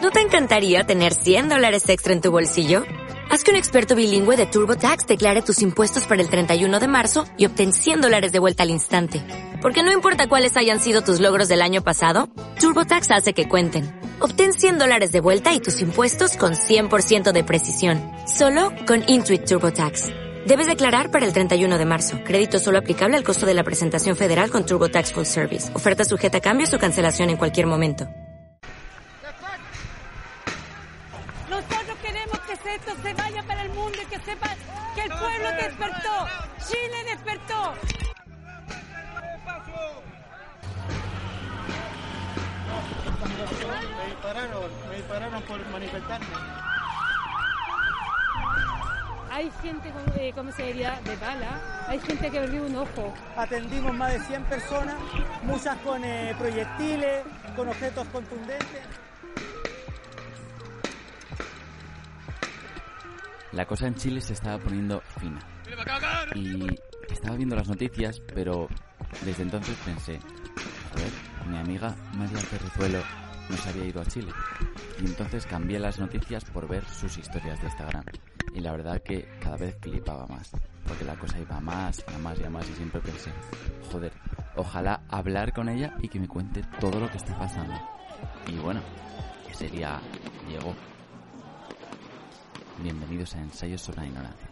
¿No te encantaría tener $100 extra en tu bolsillo? Haz que un experto bilingüe de TurboTax declare tus impuestos para el 31 de marzo y obtén $100 de vuelta al instante. Porque no importa cuáles hayan sido tus logros del año pasado, TurboTax hace que cuenten. Obtén $100 de vuelta y tus impuestos con 100% de precisión. Solo con Intuit TurboTax. Debes declarar para el 31 de marzo. Crédito solo aplicable al costo de la presentación federal con TurboTax Full Service. Oferta sujeta a cambios o cancelación en cualquier momento. Nosotros queremos que esto se vaya para el mundo y que sepa que el pueblo despertó. Chile despertó. Me dispararon por manifestarme. Hay gente con severidad de bala, hay gente que perdió un ojo. Atendimos más de 100 personas, muchas con proyectiles, con objetos contundentes. La cosa en Chile se estaba poniendo fina. Y estaba viendo las noticias, pero desde entonces pensé, a ver, mi amiga María Terrezuelo no se había ido a Chile. Y entonces cambié las noticias por ver sus historias de Instagram. Y la verdad que cada vez flipaba más, porque la cosa iba más, a más y a más, y siempre pensé, joder, ojalá hablar con ella y que me cuente todo lo que está pasando. Y bueno, ese día llegó. Bienvenidos a Ensayos sobre la Ignorancia.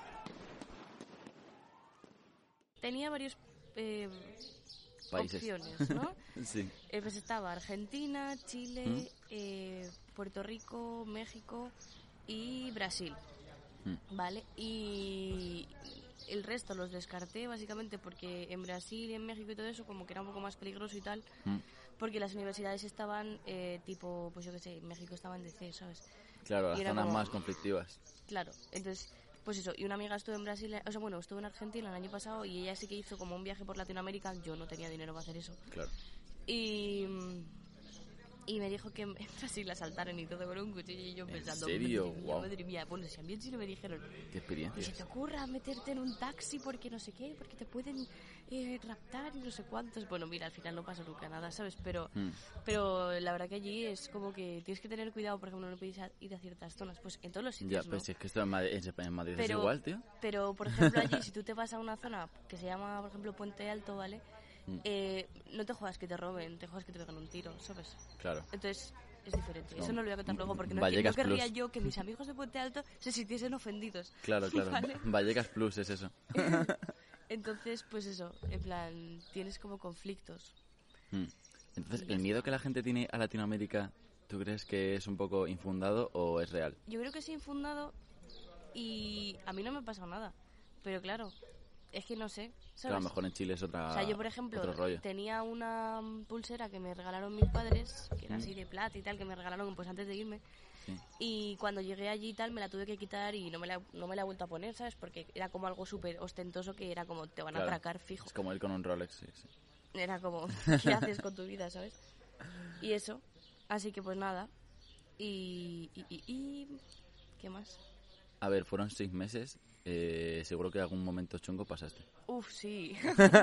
Tenía varios Países. opciones, ¿no? Sí. Pues estaba Argentina, Chile, Puerto Rico, México y Brasil. ¿Vale? Y el resto los descarté básicamente porque en Brasil y en México y todo eso como que era un poco más peligroso y tal, porque las universidades estaban tipo, pues yo qué sé, en México estaban en DC, ¿sabes? Claro, las zonas como más conflictivas. Claro, entonces, pues eso, y una amiga estuvo en Brasil, o sea, bueno, estuvo en Argentina el año pasado y ella sí que hizo como un viaje por Latinoamérica, yo no tenía dinero para hacer eso. Claro. Y me dijo que en Brasil la asaltaron y todo con un cuchillo y yo pensando... ¿En serio? Madre mía, Wow. madre mía. Bueno, si a mí en Chile me dijeron... Qué experiencia. Ni se te ocurra meterte en un taxi porque no sé qué, porque te pueden raptar y no sé cuántos. Bueno, mira, al final no pasa nunca nada, ¿sabes? Pero la verdad que allí es como que tienes que tener cuidado, por ejemplo, no puedes ir a ciertas zonas. Pues en todos los sitios, Ya, pues es que esto en Madrid es pero, igual, tío. Pero, por ejemplo, allí, si tú te vas a una zona que se llama, por ejemplo, Puente Alto, ¿vale? No te juegas que te roben, te juegas que te pegan un tiro, ¿sabes? Claro. Entonces... es diferente. Eso no lo voy a contar luego porque no Vallecas querría Plus. yo que mis amigos de Puente Alto se sintiesen ofendidos. Claro, claro. ¿Vale? Vallecas Plus es eso. Entonces, pues eso, en plan, tienes como conflictos. Entonces, ¿el miedo que la gente tiene a Latinoamérica, tú crees que es un poco infundado o es real? Yo creo que es infundado y a mí no me ha pasado nada. Pero claro, es que no sé, ¿sabes? Claro, a lo mejor en Chile es otra. O sea, yo, por ejemplo, otro rollo. tenía una pulsera que me regalaron mis padres, que era así de plata y tal, que me regalaron pues antes de irme. Sí. Y cuando llegué allí y tal, me la tuve que quitar y no me la he vuelto a poner, ¿sabes? Porque era como algo súper ostentoso que era como, te van a atracar fijo. Es como ir con un Rolex, sí, sí. Era como, ¿qué haces con tu vida, sabes? Y eso, así que pues nada. Y ¿qué más? A ver, fueron 6 meses. Seguro que algún momento chungo pasaste. Uf, sí.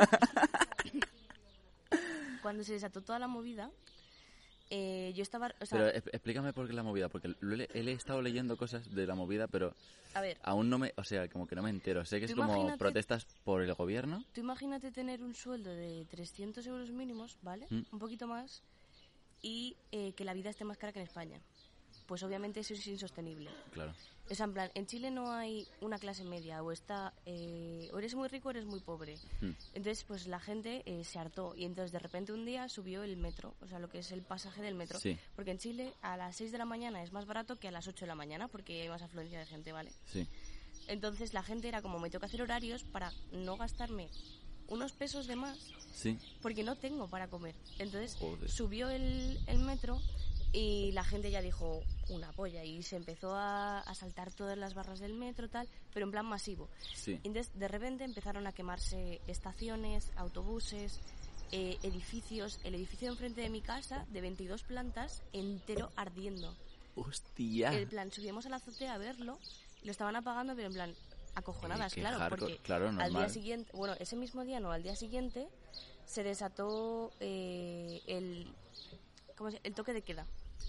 Cuando se desató toda la movida, yo estaba... O sea, pero explícame por qué la movida, porque he estado leyendo cosas de la movida, pero a ver, aún no me... O sea, como que no me entero. Sé que es como protestas por el gobierno. tú imagínate tener un sueldo de 300 euros mínimos, ¿vale? Un poquito más, y que la vida esté más cara que en España. Pues obviamente eso es insostenible. Claro. O sea, en plan, en Chile no hay una clase media, o está, o eres muy rico o eres muy pobre. Entonces, pues la gente se hartó, y entonces de repente un día subió el metro, o sea, lo que es el pasaje del metro. Sí. Porque en Chile a las 6 de la mañana es más barato que a las 8 de la mañana, porque hay más afluencia de gente, ¿vale? Sí. Entonces la gente era como, me tengo que hacer horarios para no gastarme unos pesos de más, Sí. porque no tengo para comer. Entonces Joder. subió el metro y la gente ya dijo una polla y se empezó a saltar todas las barras del metro, tal, pero en plan masivo. Sí. Entonces de repente empezaron a quemarse estaciones, autobuses, edificios. El edificio de enfrente de mi casa, de 22 plantas, entero ardiendo. ¡Hostia! En plan, subíamos a la azotea a verlo y lo estaban apagando, pero en plan, acojonadas, Qué claro, hardcore, porque claro, al normal. día siguiente, bueno, ese mismo día no, al día siguiente se desató el toque de queda.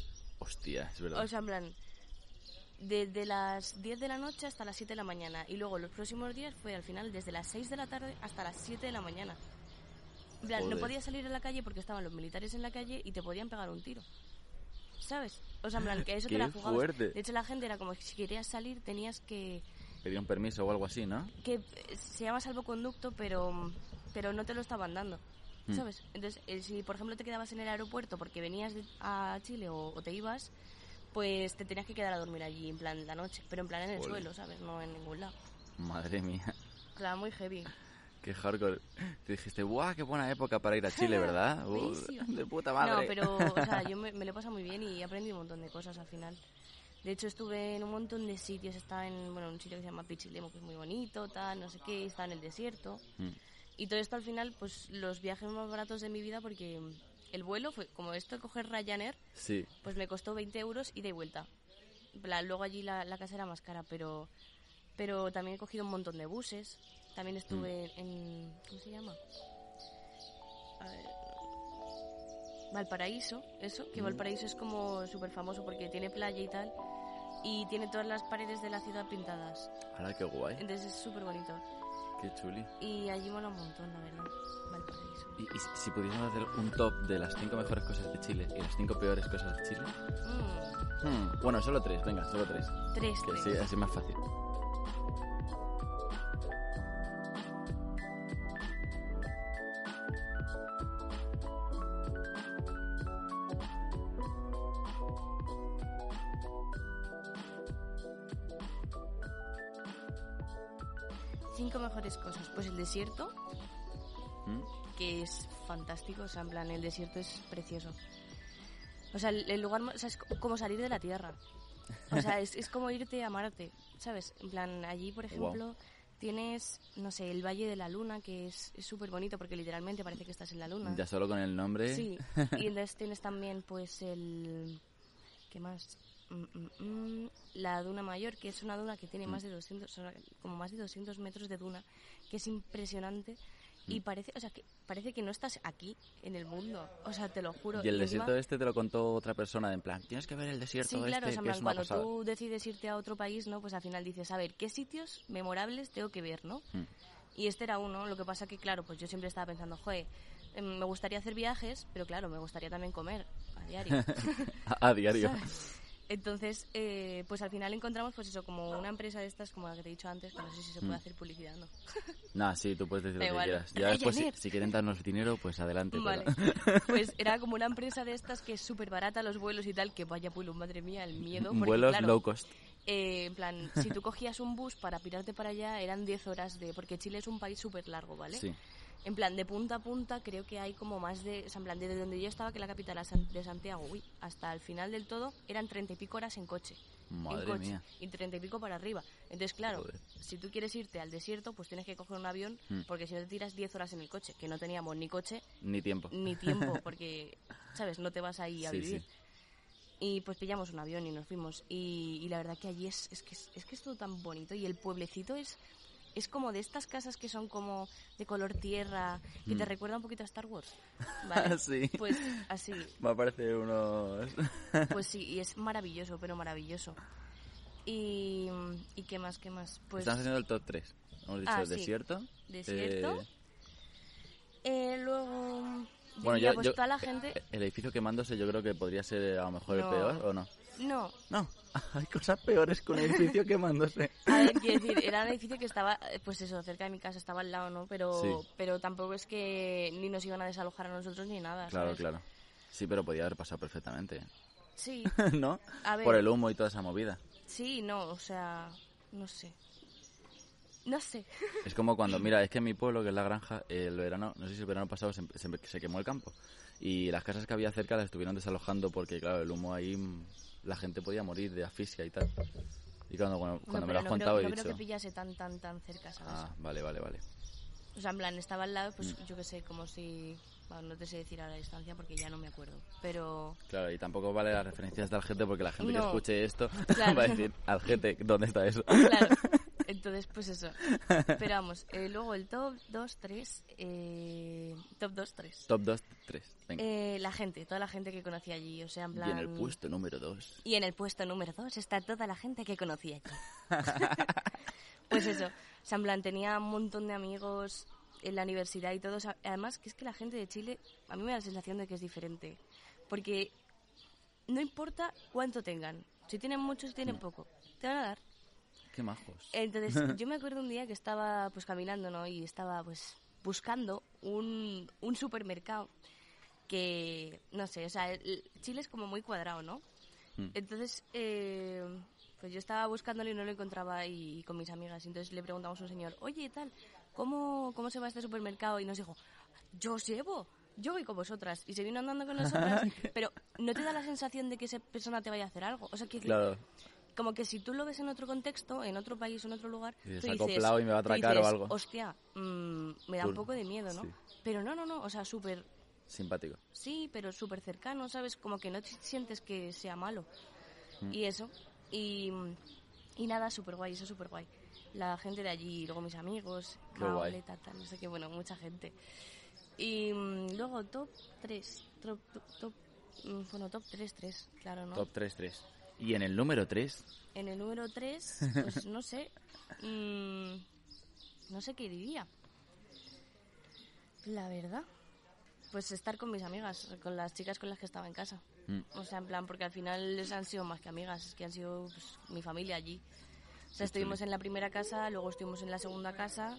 Hostia, es verdad. O sea, en plan, desde las 10 de la noche hasta las 7 de la mañana. Y luego los próximos días fue al final desde las 6 de la tarde hasta las 7 de la mañana. En plan, Joder. no podías salir a la calle porque estaban los militares en la calle y te podían pegar un tiro. ¿Sabes? O sea, en plan, que eso te ¡Qué la jugabas. fuerte! De hecho, la gente era como que si querías salir tenías que Pedía un permiso o algo así, ¿no? se llama salvoconducto, pero no te lo estaban dando. ¿Sabes? Entonces, si por ejemplo te quedabas en el aeropuerto porque venías a Chile o te ibas, pues te tenías que quedar a dormir allí en plan la noche, pero en plan en el suelo, ¿sabes? No en ningún lado. Madre mía, Claro, muy heavy. qué hardcore. Te dijiste, ¡buah, qué buena época para ir a Chile!, ¿verdad? Buenísimo. De puta madre. No, pero, o sea, yo me lo he pasado muy bien y he aprendido un montón de cosas al final. De hecho, estuve en un montón de sitios. Estaba en un sitio que se llama Pichilemu, que es muy bonito, tal, no sé qué. Estaba en el desierto. Y todo esto al final, pues los viajes más baratos de mi vida, porque el vuelo fue, como esto de coger Ryanair, Sí. pues me costó 20 euros ida y vuelta. En plan, luego allí la casa era más cara, pero también he cogido un montón de buses. También estuve en... ¿Cómo se llama? A ver... Valparaíso, eso, que Valparaíso es como súper famoso porque tiene playa y tal, y tiene todas las paredes de la ciudad pintadas. Ahora, qué guay. Entonces es súper bonito. Qué chuli. Y allí mola un montón, la verdad, Valparaíso. Y si pudiésemos hacer un top de las 5 mejores cosas de Chile y las 5 peores cosas de Chile. Bueno, solo 3, venga, solo 3. Tres. Sí, así es más fácil. Cinco mejores cosas. Pues el desierto, que es fantástico. O sea, en plan, el desierto es precioso. O sea, el lugar, o sea, es como salir de la Tierra. O sea, es como irte a Marte, ¿sabes? En plan, allí, por ejemplo, tienes, no sé, el Valle de la Luna, que es súper bonito porque literalmente parece que estás en la Luna. Ya solo con el nombre. Sí, y entonces tienes también, pues, ¿qué más? La Duna Mayor, que es una duna que tiene más de 200, como más de 200 metros de duna, que es impresionante. Y parece que no estás aquí, en el mundo. O sea, te lo juro. Y el encima, desierto este te lo contó otra persona, en plan, tienes que ver el desierto sí, claro, este, o sea, en que plan, es una cuando pasada. tú decides irte a otro país, ¿no? Pues al final dices, a ver, ¿qué sitios memorables tengo que ver, no? Y este era uno. Lo que pasa que, claro, pues yo siempre estaba pensando, joder, me gustaría hacer viajes, pero claro, me gustaría también comer a diario. A diario. ¿Sabes? Entonces, pues al final encontramos, pues eso, como una empresa de estas, como la que te he dicho antes, que no sé si se puede hacer publicidad, ¿no? Nah, sí, tú puedes decir Da lo que igual. quieras. Ya después, Ryanair. si quieren darnos dinero, pues adelante. Vale, pero- pues era como una empresa de estas que es súper barata los vuelos y tal, que vaya pueblo, madre mía, el miedo. Porque, Vuelos claro, low cost. en plan, si tú cogías un bus para pirarte para allá, eran 10 horas porque Chile es un país súper largo, ¿vale? Sí. En plan, de punta a punta, creo que hay como más de... O sea, en plan, desde donde yo estaba, que es la capital de Santiago, hasta el final del todo, eran 30 y pico horas en coche. Madre mía. Y 30 y pico para arriba. Entonces, claro, Joder. si tú quieres irte al desierto, pues tienes que coger un avión, porque si no te tiras 10 horas en el coche, que no teníamos ni coche, Ni tiempo. ni tiempo, porque, ¿sabes? No te vas ahí a Sí, vivir. sí. Y pues pillamos un avión y nos fuimos. Y la verdad que allí es que es todo tan bonito. Y el pueblecito es como de estas casas que son como de color tierra, que te recuerda un poquito a Star Wars. ¿Vale? Sí. Pues así. Me aparece unos... Pues sí, y es maravilloso, pero maravilloso. ¿Y qué más? Pues Estamos haciendo el top 3. Hemos dicho sí. desierto. Desierto. Luego... Bueno, diría, pues toda la gente... El edificio quemándose yo creo que podría ser a lo mejor No. el peor, ¿o no? No, No, hay cosas peores que un edificio quemándose. a ver, quiero decir, era un edificio que estaba, pues eso, cerca de mi casa, estaba al lado, ¿no? Sí. Pero tampoco es que ni nos iban a desalojar a nosotros ni nada, Claro, ¿sabes? claro. Sí, pero podía haber pasado perfectamente. Sí, ¿No? A ver. Por el humo y toda esa movida. sí, no, o sea, no sé. No sé. Es como cuando, mira, es que en mi pueblo, que es La Granja, el verano, no sé si el verano pasado se quemó el campo. Y las casas que había cerca las estuvieron desalojando porque, claro, el humo ahí, la gente podía morir de asfixia y tal. Y cuando Bueno, me lo pero has no contado creo, he no dicho... creo que pillase tan cerca, ¿sabes? Ah, vale. O sea, en plan, estaba al lado, pues yo qué sé, como si... Bueno, no te sé decir a la distancia porque ya no me acuerdo, pero... Claro, y tampoco vale las referencias de Algete porque la gente que No. escuche esto Claro. va a decir, Algete, ¿dónde está eso? Claro. Entonces, pues eso. Pero vamos, luego el top 2, 3. Top 2, 3. Top 2, 3. Venga. Toda la gente que conocí allí, o sea, en plan... Y en el puesto número 2. Y en el puesto número 2 está toda la gente que conocí allí. Pues eso, o sea, en plan, tenía un montón de amigos en la universidad y todo. O sea, además, que es que la gente de Chile, a mí me da la sensación de que es diferente. Porque no importa cuánto tengan. Si tienen mucho, si tienen poco, te van a dar. Qué majos. Entonces, yo me acuerdo un día que estaba pues caminando, ¿no? Y estaba pues buscando un supermercado que, no sé, o sea, Chile es como muy cuadrado, ¿no? Entonces, pues yo estaba buscándolo y no lo encontraba y con mis amigas. Entonces le preguntamos a un señor, oye, tal, ¿cómo se va a este supermercado? Y nos dijo, yo os llevo, yo voy con vosotras. Y se vino andando con nosotras, pero no te da la sensación de que esa persona te vaya a hacer algo. O sea, que Claro. como que si tú lo ves en otro contexto, en otro país o en otro lugar, Y tú se ha dices, acoplado y me va a atracar o algo. hostia, me da un poco de miedo, ¿no? Sí. Pero no, o sea, súper... Simpático. Sí, pero súper cercano, ¿sabes? Como que no te sientes que sea malo. Y eso. Y nada, súper guay, eso es súper guay. La gente de allí, luego mis amigos, Qué guay. Raúl, tal, no sé qué, bueno, mucha gente. Y luego top 3, top 3, claro, ¿no? Top 3, 3. Y en el número 3... En el número 3, pues no sé, no sé qué diría. La verdad, pues estar con mis amigas, con las chicas con las que estaba en casa. O sea, en plan, porque al final les han sido más que amigas, es que han sido pues, mi familia allí. O sea, estuvimos en la primera casa, luego estuvimos en la segunda casa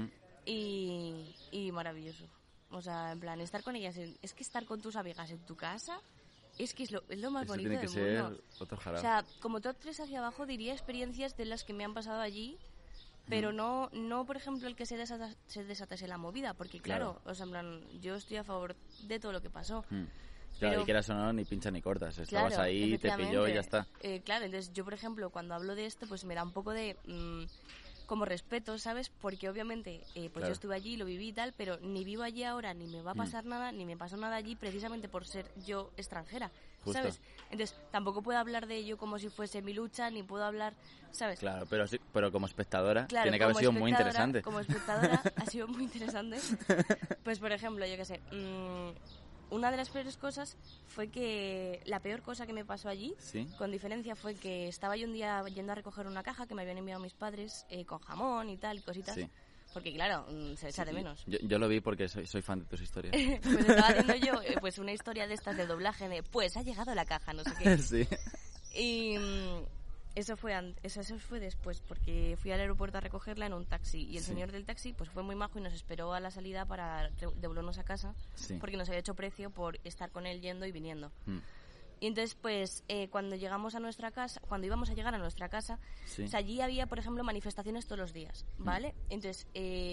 y maravilloso. O sea, en plan, estar con ellas, es que estar con tus amigas en tu casa, es que es lo más Eso bonito tiene que del mundo. ser otro jarabe. O sea, como top 3 hacia abajo diría experiencias de las que me han pasado allí, pero no por ejemplo el que se desatase la movida, porque claro, o sea, en plan, yo estoy a favor de todo lo que pasó. Claro, pero, y quieras o no, ni pincha ni cortas. Estabas claro, ahí, te pilló y ya está. Claro, entonces yo, por ejemplo, cuando hablo de esto, pues me da un poco de como respeto, ¿sabes? Porque obviamente, pues Claro. yo estuve allí, lo viví y tal, pero ni vivo allí ahora, ni me va a pasar nada, ni me pasó nada allí precisamente por ser yo extranjera, Justo. ¿sabes? Entonces tampoco puedo hablar de ello como si fuese mi lucha, ni puedo hablar, ¿sabes? Claro, pero como espectadora Claro, tiene que haber como sido muy espectadora- interesante. Como espectadora ha sido muy interesante. Pues, por ejemplo, yo qué sé, una de las peores cosas fue que la peor cosa que me pasó allí, ¿Sí? con diferencia, fue que estaba yo un día yendo a recoger una caja que me habían enviado mis padres con jamón y tal, y cositas. Sí. Porque, claro, se echa de menos. Yo lo vi porque soy fan de tus historias. Pues estaba haciendo yo pues una historia de estas de doblaje de, pues ha llegado la caja, no sé qué. Sí. Y eso fue después, porque fui al aeropuerto a recogerla en un taxi. Y el señor del taxi pues fue muy majo y nos esperó a la salida para devolvernos a casa. Sí. Porque nos había hecho precio por estar con él yendo y viniendo. Y entonces, pues, cuando íbamos a llegar a nuestra casa, Sí. o sea, allí había, por ejemplo, manifestaciones todos los días, ¿vale? Entonces,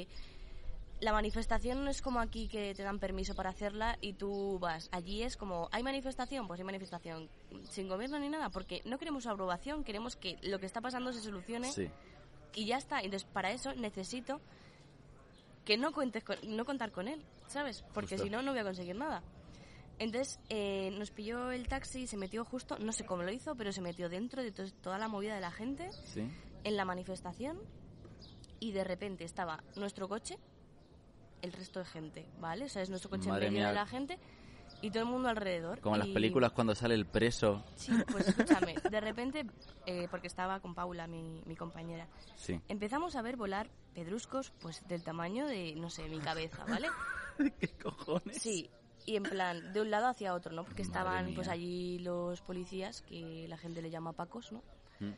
la manifestación no es como aquí que te dan permiso para hacerla y tú vas. Allí es como, ¿hay manifestación? Pues hay manifestación. Sin gobierno ni nada, porque no queremos aprobación, queremos que lo que está pasando se solucione Sí. y ya está. Entonces, para eso necesito que no contar con él, ¿sabes? Porque Justo. si no, no voy a conseguir nada. Entonces, nos pilló el taxi y se metió justo, no sé cómo lo hizo, pero se metió dentro de toda la movida de la gente Sí. en la manifestación y de repente estaba nuestro coche, el resto de gente, ¿vale? O sea, es nuestro coche Madre en medio mía. de la gente y todo el mundo alrededor. Como en las Y- películas cuando sale el preso. Sí, pues escúchame, de repente, porque estaba con Paula, mi compañera, Sí. empezamos a ver volar pedruscos pues del tamaño de, no sé, mi cabeza, ¿vale? ¿Qué cojones? Sí, y en plan, de un lado hacia otro, ¿no? Porque Madre estaban mía. pues allí los policías, que la gente le llama pacos, ¿no?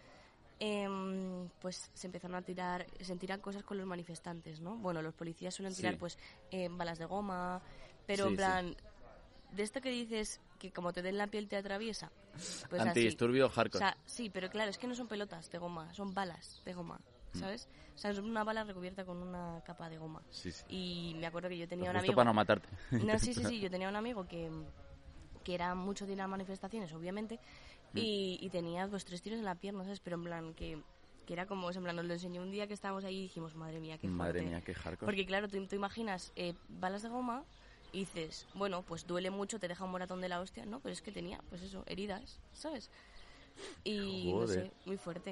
Pues se empezaron a tirar cosas con los manifestantes, ¿no? Bueno, los policías suelen tirar Sí. pues balas de goma, pero Sí, en plan, de esto que dices que como te den la piel te atraviesa, pues Antidisturbio así. hardcore. O sea, sí, pero claro, es que no son pelotas de goma, son balas de goma, ¿sabes? O sea, es una bala recubierta con una capa de goma. Sí, sí. Y me acuerdo que yo tenía Lo un justo amigo... para no matarte. No, sí, yo tenía un amigo que era mucho de ir a manifestaciones, obviamente, y tenía pues 3 tiros en la pierna, ¿sabes? Pero en plan que era como, en plan, nos lo enseñó un día que estábamos ahí y dijimos, madre mía, qué fuerte. Madre mía, qué hardcore. Porque claro, tú imaginas balas de goma y dices, bueno, pues duele mucho, te deja un moratón de la hostia, ¿no? Pero es que tenía, pues eso, heridas, ¿sabes? Y no Joder. sé, muy fuerte.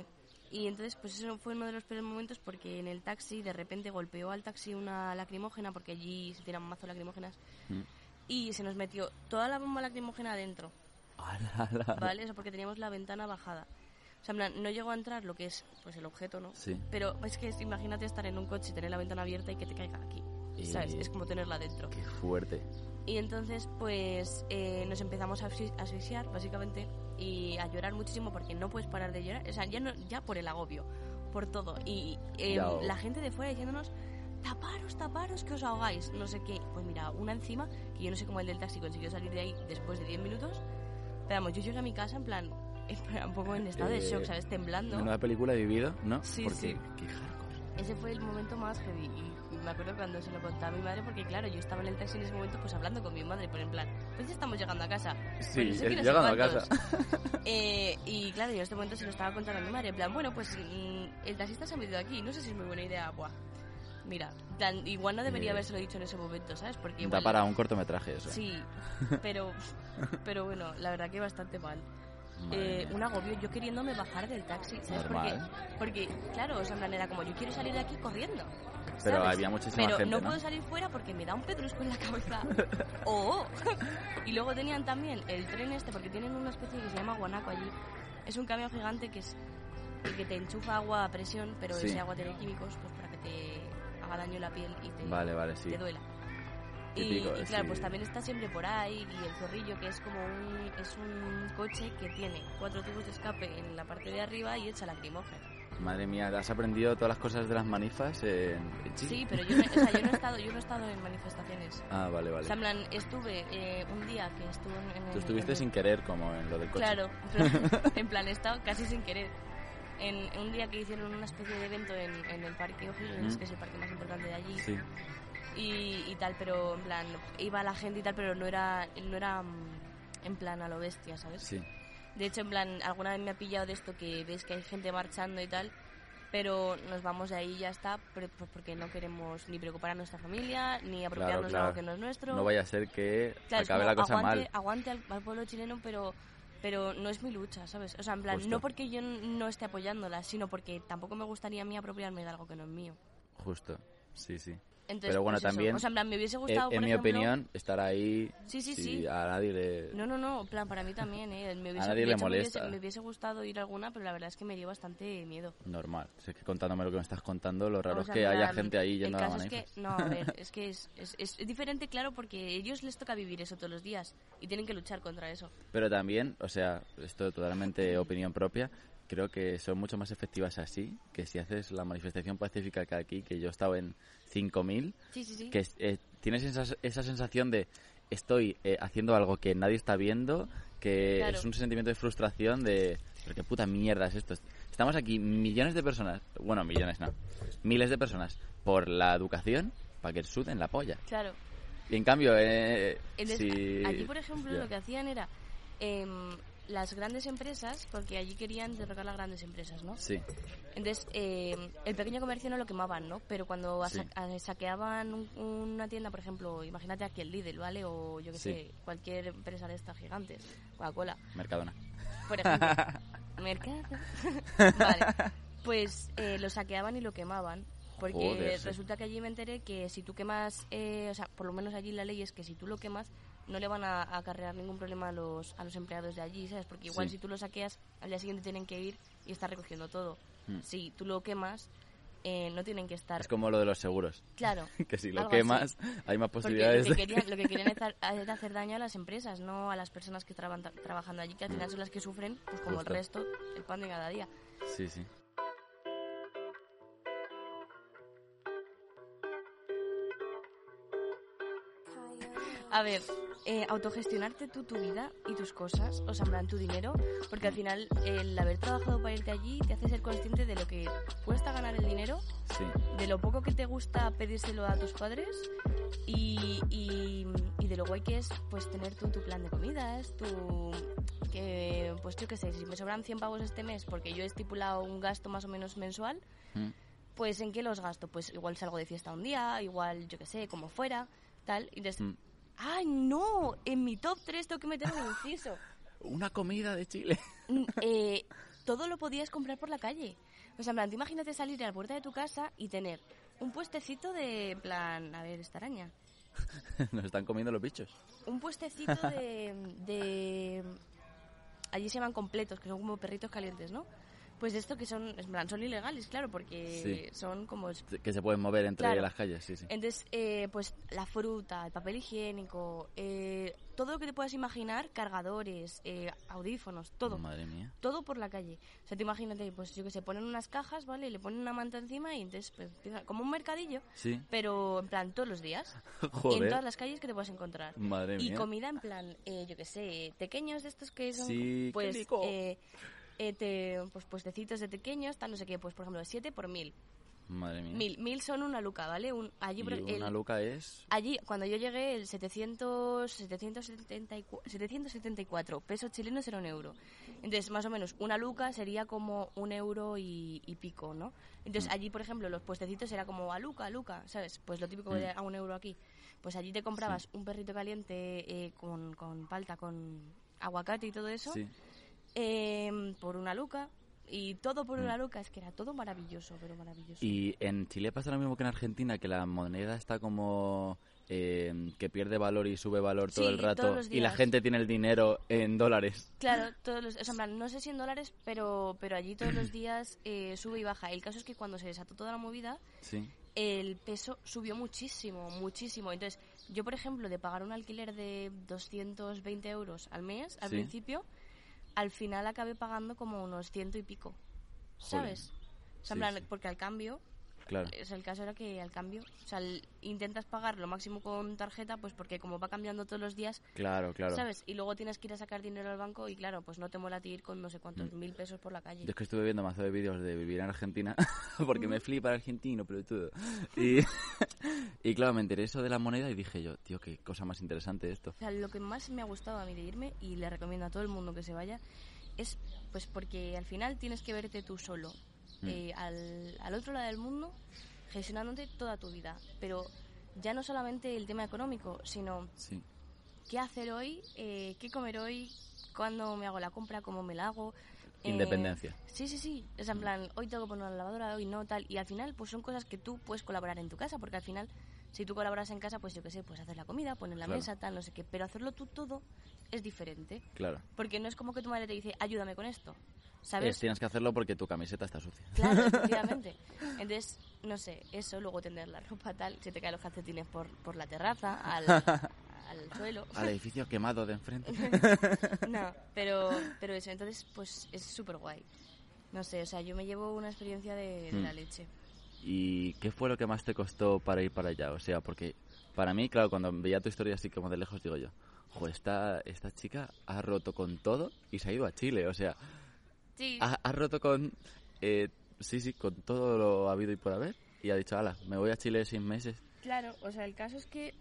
Y entonces, pues eso fue uno de los peores momentos porque en el taxi de repente golpeó al taxi una lacrimógena, porque allí se tiran mazo lacrimógenas, y se nos metió toda la bomba lacrimógena adentro. ¿Vale? Eso porque teníamos la ventana bajada. O sea, en plan, no llegó a entrar lo que es pues el objeto, ¿no? Sí. Pero es que imagínate estar en un coche y tener la ventana abierta y que te caiga aquí. ¿Sabes? Es como tenerla dentro. Qué fuerte. Y entonces, pues, nos empezamos a asfixiar, básicamente, y a llorar muchísimo porque no puedes parar de llorar. O sea, ya por el agobio, por todo. Y la gente de fuera diciéndonos, taparos, que os ahogáis. No sé qué. Pues mira, una encima, que yo no sé cómo el del taxi consiguió salir de ahí después de 10 minutos. Pero vamos, yo llegué a mi casa en plan, un poco en estado de shock, ¿sabes? Temblando. Menuda película he vivido, ¿no? Sí, porque, sí. Qué hardcore. Ese fue el momento más heavy. Y me acuerdo cuando se lo contaba a mi madre, porque claro, yo estaba en el taxi en ese momento pues hablando con mi madre, pues en plan, pues ya estamos llegando a casa. Sí, pues, no sé llegando a casa. Y claro, yo en este momento se lo estaba contando a mi madre, en plan, bueno, pues el taxista se ha metido aquí, no sé si es muy buena idea. Buah. Mira, igual no debería habérselo dicho en ese momento, ¿sabes? Porque igual, da para un cortometraje eso. Sí, pero bueno, la verdad que bastante mal. Un agobio, yo queriéndome bajar del taxi, ¿sabes? Porque, claro, o sea, en plan era como, yo quiero salir de aquí corriendo. Pero ¿sabes? había muchísima pero gente, no puedo salir fuera porque me da un pedrusco en la cabeza. Y luego tenían también el tren este, porque tienen una especie que se llama guanaco allí. Es un camión gigante que es el que te enchufa agua a presión, pero Sí. ese agua tiene químicos pues para que te haga daño en la piel y te Sí. duela. Típico, y claro, sí. pues también está siempre por ahí, y el zorrillo, que es como un coche que tiene 4 tubos de escape en la parte de arriba y echa lacrimógena. Madre mía, ¿has aprendido todas las cosas de las manifas en Chile? Sí, pero yo no he estado en manifestaciones. Ah, vale. O sea, en plan, estuve un día que estuve en el... Tú estuviste sin querer, como en lo del coche. Claro, en plan, he estado casi sin querer. En un día que hicieron una especie de evento en el Parque O'Higgins, que es el parque más importante de allí. Sí. Y tal, pero en plan, iba la gente y tal, pero no era en plan a lo bestia, ¿sabes? Sí. De hecho, en plan, alguna vez me ha pillado de esto que ves que hay gente marchando y tal, pero nos vamos de ahí y ya está, pues porque no queremos ni preocupar a nuestra familia, ni apropiarnos de algo que no es nuestro. No vaya a ser que Claro, acabe como la cosa mal. Aguante al pueblo chileno, pero no es mi lucha, ¿sabes? O sea, en plan, Justo. no porque yo no esté apoyándola, sino porque tampoco me gustaría a mí apropiarme de algo que no es mío. Justo, sí. Entonces, pero bueno, pues eso. también, O sea, en plan, me hubiese gustado, en mi ejemplo, opinión, estar ahí, Sí. a nadie le... No, en plan, para mí también, ¿eh? A nadie le molesta. Me hubiese gustado ir a alguna, pero la verdad es que me dio bastante miedo. Normal. Es que contándome lo que me estás contando, lo raro O sea, es que haya plan, gente ahí yendo a la el caso manifa. es que, no, a ver, es que es diferente, claro, porque a ellos les toca vivir eso todos los días y tienen que luchar contra eso. Pero también, o sea, esto totalmente opinión propia, creo que son mucho más efectivas así, que si haces la manifestación pacífica que aquí, que yo he estado en 5.000, Sí. que tienes esa sensación de estoy haciendo algo que nadie está viendo, que Claro. es un sentimiento de frustración de, pero qué puta mierda es esto. Estamos aquí millones de personas, bueno, millones no, miles de personas, por la educación, para que suden la polla. Claro. Y en cambio, Entonces, allí, por ejemplo, ya. lo que hacían era las grandes empresas, porque allí querían derrocar las grandes empresas, ¿no? Sí, Entonces, el pequeño comercio no lo quemaban, ¿no? Pero cuando Sí. saqueaban una tienda, por ejemplo, imagínate aquí el Lidl, ¿vale? O yo qué Sí. sé, cualquier empresa de estas gigantes, Coca-Cola, Mercadona. por ejemplo. Mercado. Vale, pues lo saqueaban y lo quemaban. Porque Joder, sí. resulta que allí me enteré que si tú quemas, o sea, por lo menos allí la ley es que si tú lo quemas, no le van a acarrear ningún problema a los empleados de allí, ¿sabes? Porque igual Sí. si tú lo saqueas, al día siguiente tienen que ir y estar recogiendo todo. Mm. Si tú lo quemas, no tienen que estar... Es como lo de los seguros. Claro. Que si lo algo quemas, así. hay más Porque posibilidades lo que querían era hacer daño a las empresas, no a las personas que estaban trabajando allí, que al final son las que sufren, pues como Justo. el resto, el pan de cada día. Sí, sí. A ver, autogestionarte tú tu vida y tus cosas, o sea, en plan tu dinero, porque al final el haber trabajado para irte allí te hace ser consciente de lo que cuesta ganar el dinero, Sí. de lo poco que te gusta pedírselo a tus padres y de lo guay que es pues tener tú tu plan de comidas, que pues yo qué sé, si me sobran 100 pavos este mes porque yo he estipulado un gasto más o menos mensual, Mm. pues ¿en qué los gasto? Pues igual salgo de fiesta un día, igual yo qué sé, como fuera, tal, y entonces... Mm. ¡Ay, no! En mi top 3 tengo que meter un inciso. Una comida de Chile. todo lo podías comprar por la calle. O sea, en plan, tú imagínate salir a la puerta de tu casa y tener un puestecito de, en plan, a ver, esta araña. Nos están comiendo los bichos. Un puestecito de... Allí se llaman completos, que son como perritos calientes, ¿no? Pues esto que son, en plan, son ilegales, claro, porque son como... Que se pueden mover entre Claro. las calles, sí. Entonces, pues la fruta, el papel higiénico, todo lo que te puedas imaginar, cargadores, audífonos, todo. Madre mía. Todo por la calle. O sea, te imagínate, pues yo que sé, ponen unas cajas, ¿vale? Y le ponen una manta encima y entonces pues, empieza como un mercadillo, Sí. pero en plan todos los días. Joder. En todas las calles que te puedas encontrar. Madre Y mía. comida en plan, yo que sé, pequeños de estos que son... Sí, qué pues, rico. pues puestecitos de pequeños, tal, no sé qué, pues por ejemplo, 7 por 1000. Madre mía. 1000 son una luca, ¿vale? Allí, Y una luca es... allí, cuando yo llegué, el 774 pesos chilenos era €1. Entonces, más o menos, una luca sería como €1 y pico, ¿no? Entonces, allí, por ejemplo, los puestecitos era como a luca, ¿sabes? Pues lo típico de a €1 aquí. Pues allí te comprabas un perrito caliente con palta, con aguacate y todo eso, Sí. por una luca. Y todo por una luca, es que era todo maravilloso, pero maravilloso. Y en Chile pasa lo mismo que en Argentina, que la moneda está como... que pierde valor y sube valor todo Sí, el rato. todos los Y la días. gente tiene el dinero en dólares. Claro, o sea, en plan, no sé si en dólares, pero allí todos los días sube y baja. El caso es que cuando se desató toda la movida, Sí. el peso subió muchísimo, muchísimo. Entonces, yo, por ejemplo, de pagar un alquiler de 220 euros al mes, al Sí. principio, al final acabé pagando como unos 100 y pico, ¿sabes? O sea, en Sí, plan, sí. porque al cambio... Claro. O sea, el caso era que al cambio, o sea, intentas pagar lo máximo con tarjeta, pues porque como va cambiando todos los días, Claro, claro. ¿sabes? Y luego tienes que ir a sacar dinero al banco y claro, pues no te mola a ti ir con no sé cuántos 1000 pesos por la calle. Yo es que estuve viendo mazo de vídeos de vivir en Argentina, porque me flipa el argentino, pero todo. Y, y claro, me enteré eso de la moneda y dije yo, tío, qué cosa más interesante esto. O sea, lo que más me ha gustado a mí de irme, y le recomiendo a todo el mundo que se vaya, es pues porque al final tienes que verte tú solo, al otro lado del mundo, gestionándote toda tu vida. Pero ya no solamente el tema económico, sino Sí. qué hacer hoy, qué comer hoy, cuándo me hago la compra, cómo me la hago. Independencia. Sí. O sea, en plan, hoy tengo que poner una lavadora, hoy no, tal. Y al final, pues son cosas que tú puedes colaborar en tu casa, porque al final, si tú colaboras en casa, pues yo qué sé, pues hacer la comida, poner la Claro. mesa, tal, no sé qué. Pero hacerlo tú todo es diferente. Claro. Porque no es como que tu madre te dice, ayúdame con esto, ¿sabes? Tienes que hacerlo porque tu camiseta está sucia. Claro, efectivamente. Entonces, no sé, eso, luego tender la ropa, tal, se te caen los calcetines por la terraza, al suelo. Al edificio quemado de enfrente. No, pero eso, entonces, pues es súper guay. No sé, o sea, yo me llevo una experiencia de la leche. ¿Y qué fue lo que más te costó para ir para allá? O sea, porque para mí, claro, cuando veía tu historia así como de lejos, digo yo, joder, esta chica ha roto con todo y se ha ido a Chile. O sea, Sí, ha roto con... con todo lo habido y por haber. Y ha dicho, ala, me voy a Chile 6 meses. claro, o sea, el caso es que...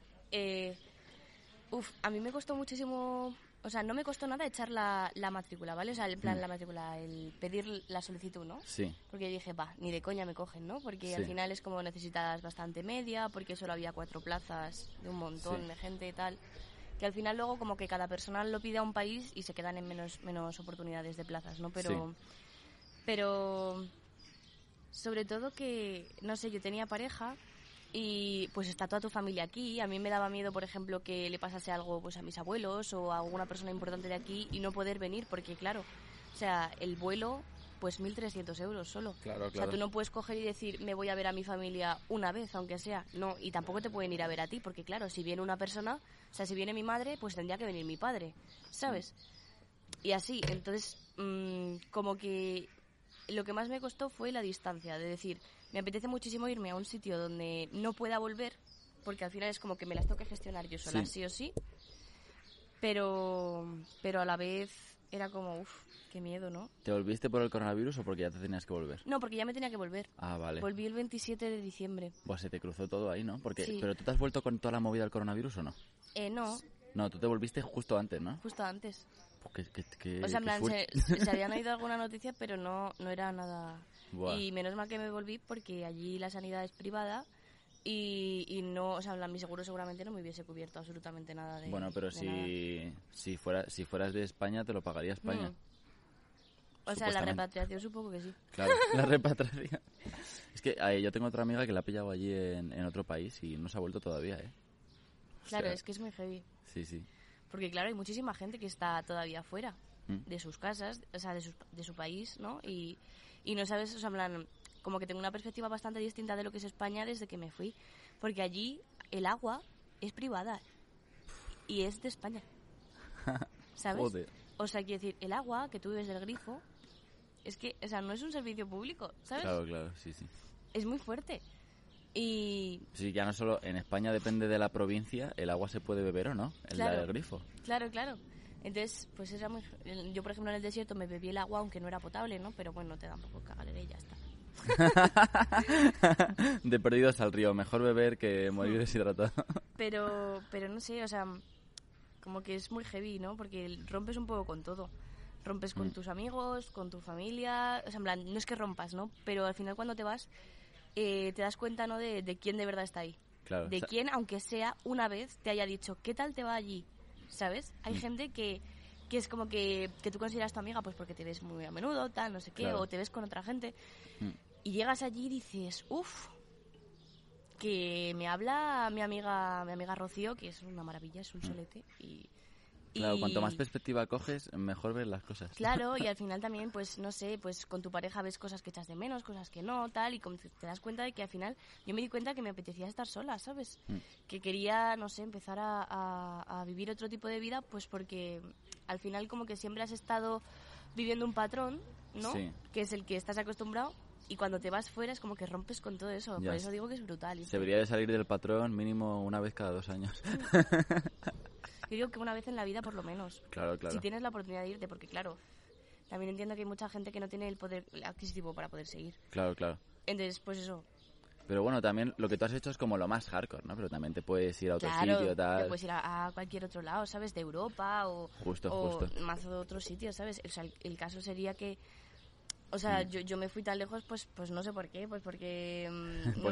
a mí me costó muchísimo... O sea, no me costó nada echar la matrícula, ¿vale? O sea, en plan, la matrícula, el pedir la solicitud, ¿no? Sí, Porque yo dije, ni de coña me cogen, ¿no? Porque al Sí. final es como necesitas bastante media, porque solo había 4 plazas de un montón Sí. de gente y tal. Que al final luego como que cada persona lo pide a un país y se quedan en menos oportunidades de plazas, ¿no? Pero sobre todo que, no sé, yo tenía pareja y pues está toda tu familia aquí. A mí me daba miedo, por ejemplo, que le pasase algo pues a mis abuelos o a alguna persona importante de aquí y no poder venir porque, claro, o sea, el vuelo, pues 1.300 euros solo. Claro, O sea, claro. tú no puedes coger y decir, me voy a ver a mi familia una vez, aunque sea. No, y tampoco te pueden ir a ver a ti porque, claro, si viene una persona, o sea, si viene mi madre, pues tendría que venir mi padre, ¿sabes? Y así, entonces, como que lo que más me costó fue la distancia, de decir, me apetece muchísimo irme a un sitio donde no pueda volver, porque al final es como que me las tengo que gestionar yo sola, sí o sí, pero a la vez era como, qué miedo, ¿no? ¿Te volviste por el coronavirus o porque ya te tenías que volver? No, porque ya me tenía que volver. Ah, vale. Volví el 27 de diciembre. Pues se te cruzó todo ahí, ¿no? Porque, Sí. ¿Pero tú te has vuelto con toda la movida del coronavirus o no? No, No, tú te volviste justo antes, ¿no? justo antes. Pues que, O sea, en qué plan, suerte. se habían oído alguna noticia, pero no era nada. Buah. Y menos mal que me volví porque allí la sanidad es privada y no, o sea, en plan, mi seguro seguramente no me hubiese cubierto absolutamente nada de Bueno, pero de nada. si fueras de España, te lo pagaría España. O sea, la repatriación supongo que sí. Claro, la repatriación. Es que yo tengo otra amiga que la ha pillado allí en otro país y no se ha vuelto todavía, ¿eh? Claro, es que es muy heavy. Sí, sí. Porque claro, hay muchísima gente que está todavía fuera de sus casas, o sea, de su país, ¿no? Y no sabes, o sea, en plan, como que tengo una perspectiva bastante distinta de lo que es España desde que me fui. Porque allí el agua es privada y es de España. ¿Sabes? Joder. O sea, quiero decir, el agua que tú bebes del grifo, es que, o sea, no es un servicio público, ¿sabes? Claro, sí. Es muy fuerte. Y... Sí, ya no solo en España depende de la provincia, el agua se puede beber o no, la del grifo. Claro. Entonces, pues era muy... Yo, por ejemplo, en el desierto me bebí el agua, aunque no era potable, ¿no? Pero bueno, te da un poco cagalera y ya está. De perdidos al río, mejor beber que morir deshidratado. Pero no sé, o sea, como que es muy heavy, ¿no? Porque rompes un poco con todo. Rompes con tus amigos, con tu familia, o sea, en plan, no es que rompas, ¿no? Pero al final cuando te vas, te das cuenta, ¿no? De quién de verdad está ahí. Claro. De quién, aunque sea una vez, te haya dicho, ¿qué tal te va allí? ¿Sabes? Hay gente que es como que tú consideras tu amiga pues porque te ves muy a menudo, tal, no sé qué, o te ves con otra gente. Y llegas allí y dices, uff, que me habla mi amiga Rocío, que es una maravilla, es un solete. Claro, cuanto más perspectiva coges, mejor ves las cosas. Claro, y al final también, pues, no sé, pues con tu pareja ves cosas que echas de menos, cosas que no, tal, y como te das cuenta de que al final yo me di cuenta que me apetecía estar sola, ¿sabes? Que quería, no sé, empezar a vivir otro tipo de vida, pues porque al final como que siempre has estado viviendo un patrón, ¿no? Sí. Que es el que estás acostumbrado, y cuando te vas fuera es como que rompes con todo eso, por eso digo que es brutal. Se debería de salir del patrón mínimo una vez cada 2 años. Yo digo que una vez en la vida por lo menos. Claro. Si tienes la oportunidad de irte, porque claro, también entiendo que hay mucha gente que no tiene el poder adquisitivo para poder seguir. Claro. Entonces, pues eso. Pero bueno, también lo que tú has hecho es como lo más hardcore, ¿no? Pero también te puedes ir a otro sitio, tal. Te puedes ir a cualquier otro lado, ¿sabes? De Europa o más de otros sitios, ¿sabes? O sea, el caso sería que... O sea, yo me fui tan lejos, pues no sé por qué, pues porque no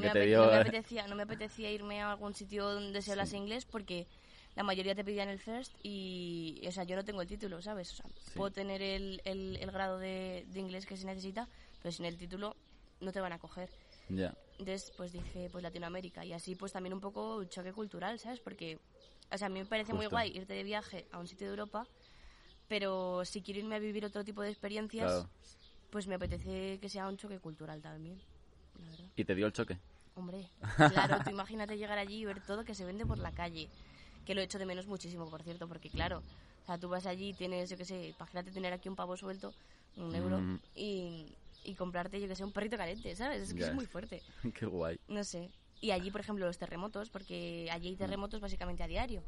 me apetecía irme a algún sitio donde se hablase inglés, porque la mayoría te pedían el first y, o sea, yo no tengo el título, ¿sabes? O sea, puedo tener el grado de inglés que se necesita, pero sin el título no te van a coger. Ya. Entonces, pues dije, pues Latinoamérica, y así pues también un poco un choque cultural, ¿sabes? Porque, o sea, a mí me parece muy guay irte de viaje a un sitio de Europa, pero si quiero irme a vivir otro tipo de experiencias, pues me apetece que sea un choque cultural también, la verdad. ¿Y te dio el choque? Hombre, claro, tú imagínate llegar allí y ver todo que se vende por la calle, que lo echo de menos muchísimo, por cierto, porque claro, o sea, tú vas allí y tienes, yo qué sé, imagínate tener aquí un pavo suelto, €1, y comprarte, yo que sé, un perrito caliente, ¿sabes? Es que es muy fuerte. Qué guay. No sé. Y allí, por ejemplo, los terremotos, porque allí hay terremotos básicamente a diario.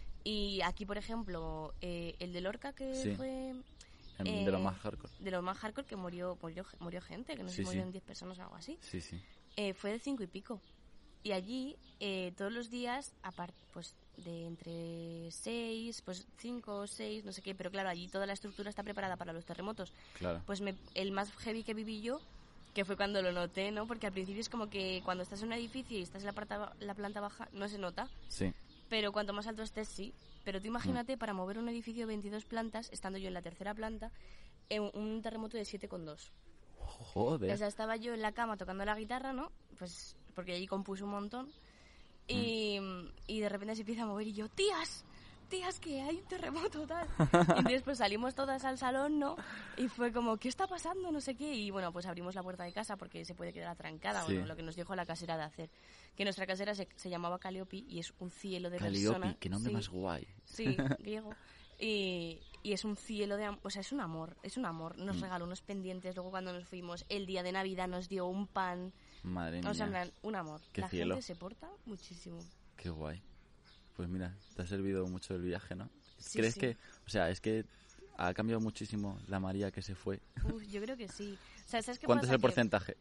Y aquí, por ejemplo, el de Lorca, que fue... de los más hardcore. De los más hardcore, que murió gente, que no sé si murieron 10 personas o algo así. Sí. Fue de 5 y pico. Y allí, todos los días, aparte, pues, de entre 6, pues 5 o 6, no sé qué, pero claro, allí toda la estructura está preparada para los terremotos. Claro. Pues el más heavy que viví yo, que fue cuando lo noté, ¿no? Porque al principio es como que cuando estás en un edificio y estás en la planta baja, no se nota. Sí. Pero cuanto más alto estés, sí. Pero tú imagínate, para mover un edificio de 22 plantas, estando yo en la tercera planta, en un terremoto de 7,2. Joder. O sea, estaba yo en la cama tocando la guitarra, ¿no? Pues porque allí compuse un montón. Y de repente se empieza a mover y yo, tías, que hay un terremoto, tal. Y entonces pues salimos todas al salón, ¿no? Y fue como, ¿qué está pasando? No sé qué. Y bueno, pues abrimos la puerta de casa porque se puede quedar atrancada, bueno, lo que nos dijo la casera de hacer. Que nuestra casera se llamaba Calliope y es un cielo de personas. Calliope, qué nombre más guay. Sí, griego. Y es un cielo de... O sea, es un amor. Nos regaló unos pendientes. Luego cuando nos fuimos, el día de Navidad nos dio un pan. Madre mía. O sea, un amor. Qué la cielo. gente se porta muchísimo. Qué guay. Pues mira, te ha servido mucho el viaje, ¿no? Sí, ¿Crees que... O sea, es que ha cambiado muchísimo la María que se fue? Yo creo que sí. O sea, ¿sabes qué ¿Cuánto pasa? es el porcentaje?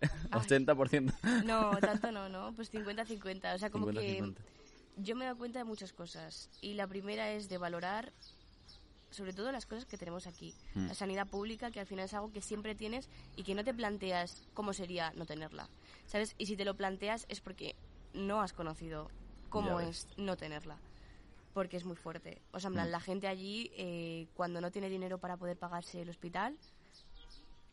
¿80%? No, tanto no. Pues 50-50. O sea, como 50-50. que yo me he dado cuenta de muchas cosas. Y la primera es de valorar sobre todo las cosas que tenemos aquí. La sanidad pública, que al final es algo que siempre tienes y que no te planteas cómo sería no tenerla, ¿sabes? Y si te lo planteas es porque no has conocido cómo es no tenerla, porque es muy fuerte. O sea, en plan, la gente allí, cuando no tiene dinero para poder pagarse el hospital,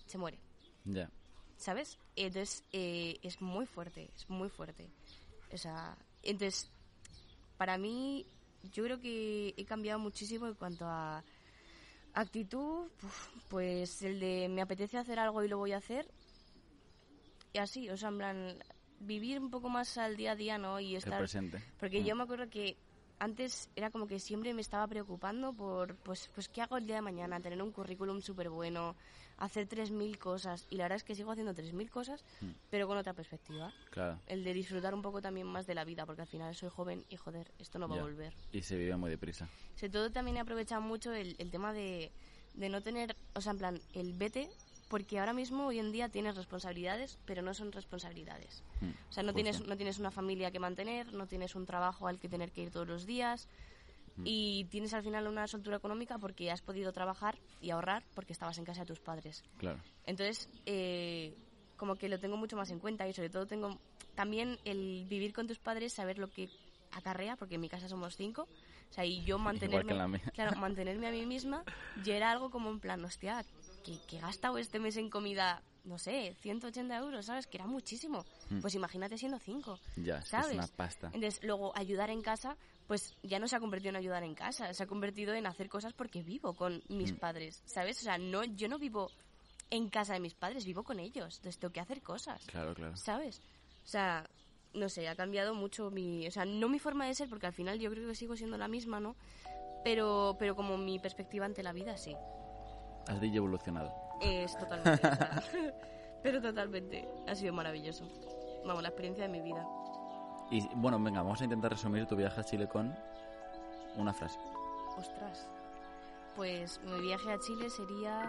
se muere. Ya. ¿Sabes? Entonces, es muy fuerte, es muy fuerte. O sea, entonces, para mí, yo creo que he cambiado muchísimo en cuanto a actitud, pues el de me apetece hacer algo y lo voy a hacer, y así, o sea, en plan, vivir un poco más al día a día, ¿no? Y estar presente. Porque yo me acuerdo que antes era como que siempre me estaba preocupando por, pues ¿qué hago el día de mañana? Tener un currículum súper bueno, hacer 3.000 cosas. Y la verdad es que sigo haciendo 3.000 cosas, pero con otra perspectiva. Claro. El de disfrutar un poco también más de la vida, porque al final soy joven y, joder, esto no va a volver. Y se vive muy deprisa. Sobre todo también he aprovechado mucho el tema de no tener, o sea, en plan, el vete, porque ahora mismo, hoy en día, tienes responsabilidades, pero no son responsabilidades. O sea, no tienes una familia que mantener, no tienes un trabajo al que tener que ir todos los días, y tienes al final una soltura económica porque has podido trabajar y ahorrar porque estabas en casa de tus padres. Claro. Entonces, como que lo tengo mucho más en cuenta, y sobre todo tengo también el vivir con tus padres, saber lo que acarrea, porque en mi casa somos 5, o sea, y yo mantenerme a mí misma, ya era algo como en plan, hostia, que he gastado este mes en comida, no sé, 180 euros, ¿sabes? Que era muchísimo. Pues imagínate siendo 5, ya, ¿sabes? Es una pasta. Entonces, luego, ayudar en casa, pues ya no se ha convertido en ayudar en casa, se ha convertido en hacer cosas porque vivo con mis padres, ¿sabes? O sea, yo no vivo en casa de mis padres, vivo con ellos, entonces tengo que hacer cosas. Claro, claro. ¿Sabes? O sea, no sé, ha cambiado mucho o sea, no mi forma de ser, porque al final yo creo que sigo siendo la misma, ¿no? Pero como mi perspectiva ante la vida, sí. Has de evolucionado. Es totalmente, o sea, pero totalmente. Ha sido maravilloso. Vamos, la experiencia de mi vida. Y bueno, venga, vamos a intentar resumir tu viaje a Chile con una frase. Ostras. Pues mi viaje a Chile sería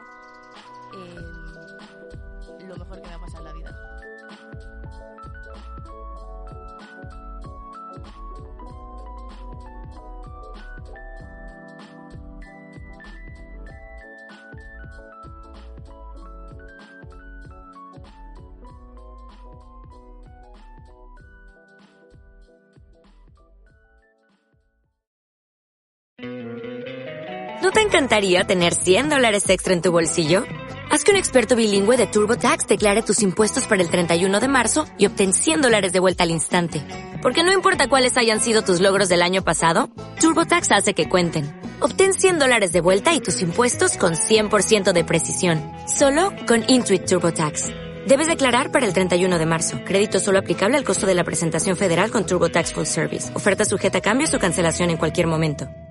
lo mejor que me ha pasado en la vida. ¿No te encantaría tener $100 extra en tu bolsillo? Haz que un experto bilingüe de TurboTax declare tus impuestos para el 31 de marzo y obtén $100 de vuelta al instante. Porque no importa cuáles hayan sido tus logros del año pasado, TurboTax hace que cuenten. Obtén $100 de vuelta y tus impuestos con 100% de precisión. Solo con Intuit TurboTax. Debes declarar para el 31 de marzo. Crédito solo aplicable al costo de la presentación federal con TurboTax Full Service. Oferta sujeta a cambios o cancelación en cualquier momento.